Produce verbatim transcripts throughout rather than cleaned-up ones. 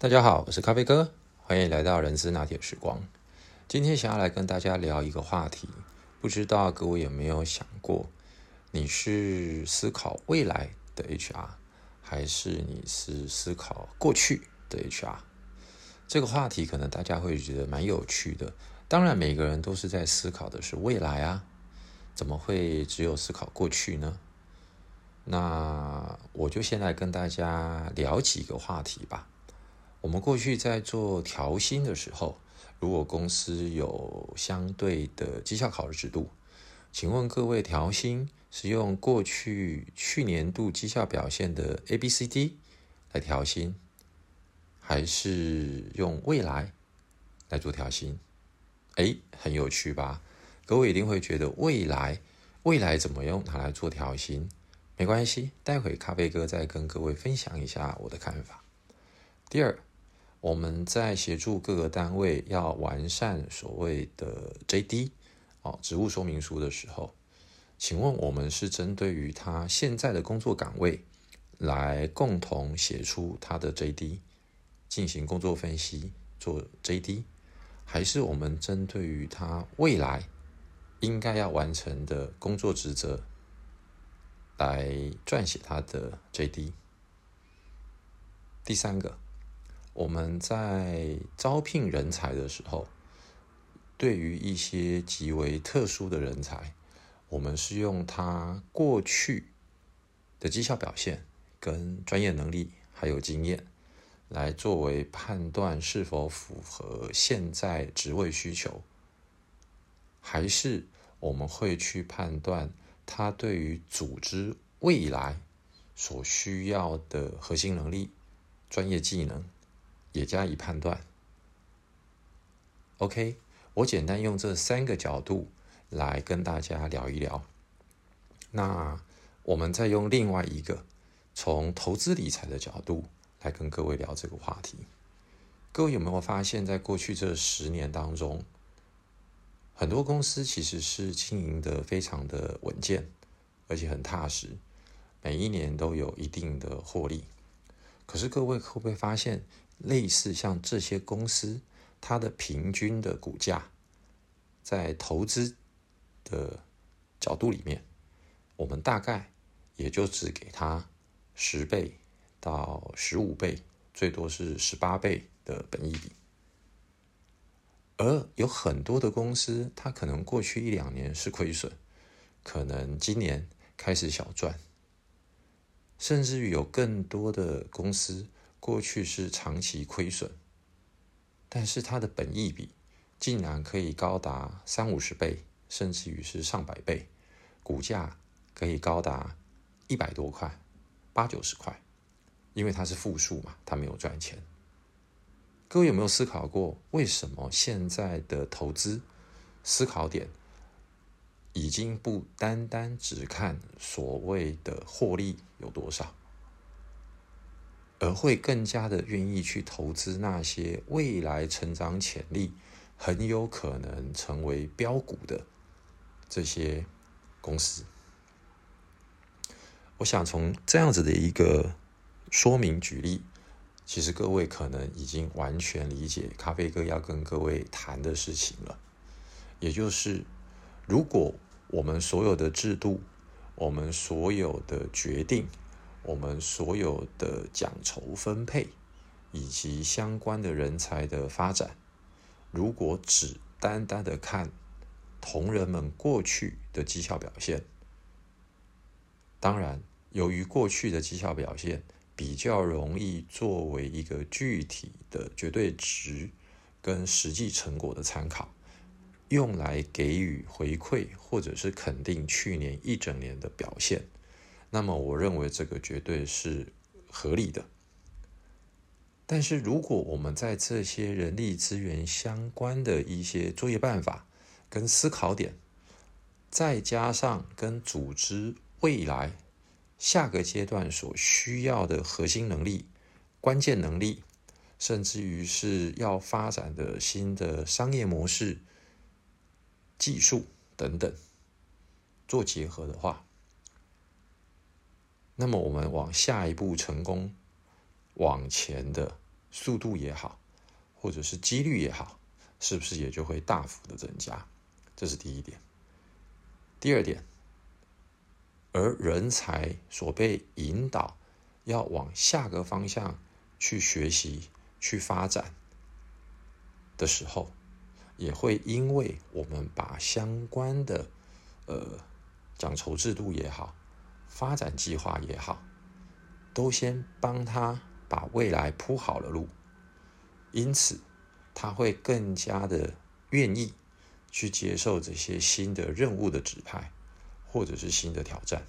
大家好，我是咖啡哥，欢迎来到人资拿铁时光。今天想要来跟大家聊一个话题，不知道各位有没有想过，你是思考未来的 H R， 还是你是思考过去的 H R？ 这个话题可能大家会觉得蛮有趣的。当然，每个人都是在思考的是未来啊，怎么会只有思考过去呢？那我就先来跟大家聊几个话题吧。我们过去在做调薪的时候，如果公司有相对的绩效考核制度，请问各位调薪是用过去去年度绩效表现的 A、B、C、D 来调薪，还是用未来来做调薪？诶，很有趣吧？各位一定会觉得未来未来怎么用它来做调薪？没关系，待会咖啡哥再跟各位分享一下我的看法。第二，我们在协助各个单位要完善所谓的 J D 哦，职务说明书的时候，请问我们是针对于他现在的工作岗位来共同写出他的 J D， 进行工作分析做 J D， 还是我们针对于他未来应该要完成的工作职责来撰写他的 J D？ 第三个，我们在招聘人才的时候，对于一些极为特殊的人才，我们是用他过去的绩效表现、跟专业能力还有经验，来作为判断是否符合现在职位需求，还是我们会去判断他对于组织未来所需要的核心能力、专业技能也加以判断。 OK， 我简单用这三个角度来跟大家聊一聊。那我们再用另外一个从投资理财的角度来跟各位聊这个话题。各位有没有发现，在过去这十年当中，很多公司其实是经营的非常的稳健，而且很踏实，每一年都有一定的获利。可是各位会不会发现，类似像这些公司，它的平均的股价，在投资的角度里面，我们大概也就只给它十倍到十五倍，最多是十八倍的本益比。而有很多的公司，它可能过去一两年是亏损，可能今年开始小赚，甚至于有更多的公司过去是长期亏损，但是它的本益比竟然可以高达三五十倍，甚至于是上百倍，股价可以高达一百多块、八九十块，因为它是负数嘛，它没有赚钱。各位有没有思考过，为什么现在的投资思考点已经不单单只看所谓的获利有多少，而会更加的愿意去投资那些未来成长潜力很有可能成为标股的这些公司？我想从这样子的一个说明举例，其实各位可能已经完全理解咖啡哥要跟各位谈的事情了。也就是如果我们所有的制度，我们所有的决定，我们所有的奖酬分配，以及相关的人才的发展，如果只单单的看同仁们过去的绩效表现，当然由于过去的绩效表现比较容易作为一个具体的绝对值跟实际成果的参考，用来给予回馈或者是肯定去年一整年的表现，那么我认为这个绝对是合理的。但是如果我们在这些人力资源相关的一些作业办法跟思考点，再加上跟组织未来下个阶段所需要的核心能力、关键能力，甚至于是要发展的新的商业模式、技术等等做结合的话，那么我们往下一步成功往前的速度也好，或者是几率也好，是不是也就会大幅的增加？这是第一点。第二点，而人才所被引导要往下个方向去学习、去发展的时候，也会因为我们把相关的呃奖酬制度也好、发展计划也好，都先帮他把未来铺好了路，因此他会更加的愿意去接受这些新的任务的指派，或者是新的挑战。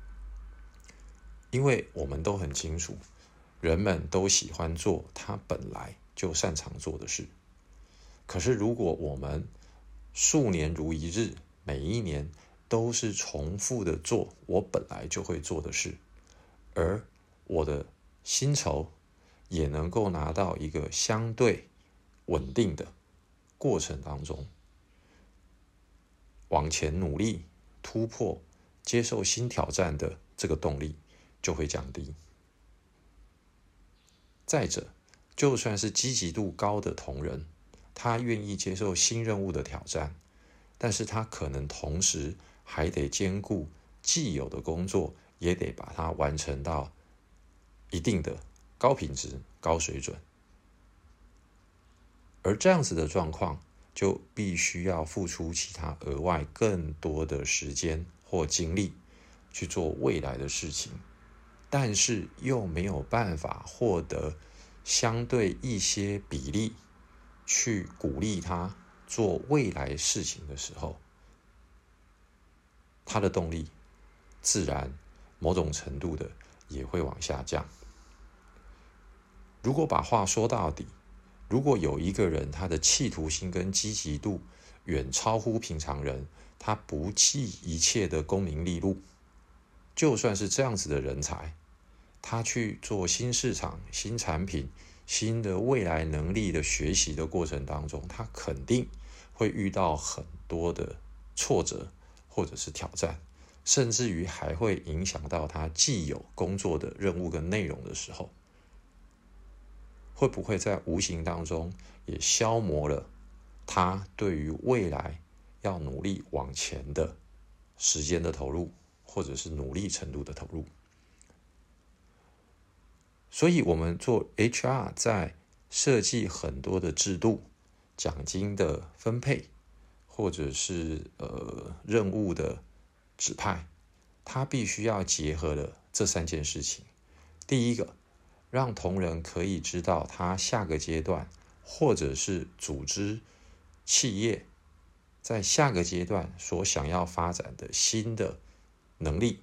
因为我们都很清楚，人们都喜欢做他本来就擅长做的事。可是如果我们数年如一日，每一年都是重复的做我本来就会做的事，而我的薪酬也能够拿到一个相对稳定的过程当中，往前努力、突破、接受新挑战的这个动力就会降低。再者，就算是积极度高的同仁，他愿意接受新任务的挑战，但是他可能同时还得兼顾既有的工作，也得把它完成到一定的高品质、高水准。而这样子的状况，就必须要付出其他额外更多的时间或精力去做未来的事情，但是又没有办法获得相对一些比例去鼓励他做未来事情的时候，他的动力自然某种程度的也会往下降。如果把话说到底，如果有一个人他的企图心跟积极度远超乎平常人，他不计一切的功名利禄，就算是这样子的人才，他去做新市场、新产品、新的未来能力的学习的过程当中，他肯定会遇到很多的挫折或者是挑战，甚至于还会影响到他既有工作的任务跟内容的时候，会不会在无形当中也消磨了他对于未来要努力往前的时间的投入，或者是努力程度的投入？所以我们做 H R 在设计很多的制度、奖金的分配，或者是呃任务的指派，它必须要结合了这三件事情。第一个，让同仁可以知道他下个阶段，或者是组织企业在下个阶段所想要发展的新的能力，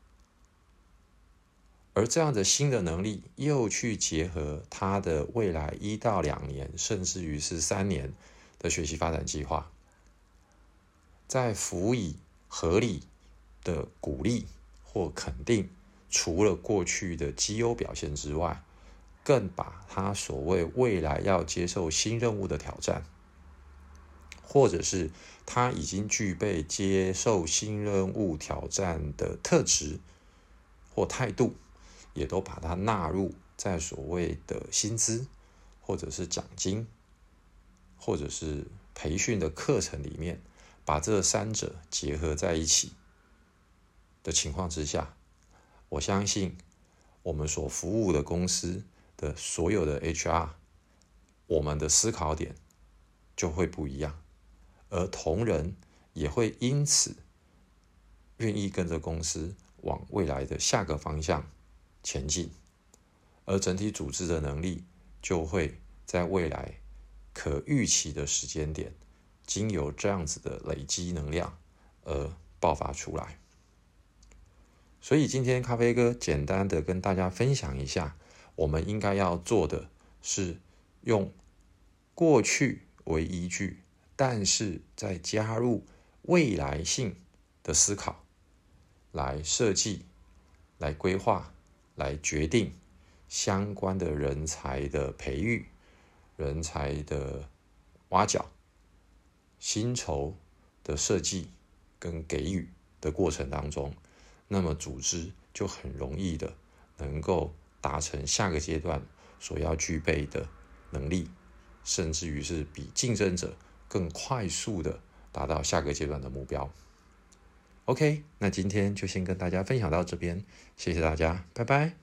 而这样的新的能力又去结合他的未来一到两年，甚至于是三年的学习发展计划，在辅以合理的鼓励或肯定，除了过去的绩优表现之外，更把他所谓未来要接受新任务的挑战，或者是他已经具备接受新任务挑战的特质或态度，也都把它纳入在所谓的薪资，或者是奖金，或者是培训的课程里面，把这三者结合在一起的情况之下，我相信我们所服务的公司的所有的 H R， 我们的思考点就会不一样，而同仁也会因此愿意跟着公司往未来的下个方向前进，而整体组织的能力就会在未来可预期的时间点，经由这样子的累积能量而爆发出来。所以今天咖啡哥简单的跟大家分享一下，我们应该要做的是用过去为依据，但是再加入未来性的思考，来设计、来规划、来决定相关的人才的培育、人才的挖角、薪酬的设计跟给予的过程当中，那么组织就很容易的能够达成下个阶段所要具备的能力，甚至于是比竞争者更快速的达到下个阶段的目标。OK， 那今天就先跟大家分享到这边，谢谢大家，拜拜。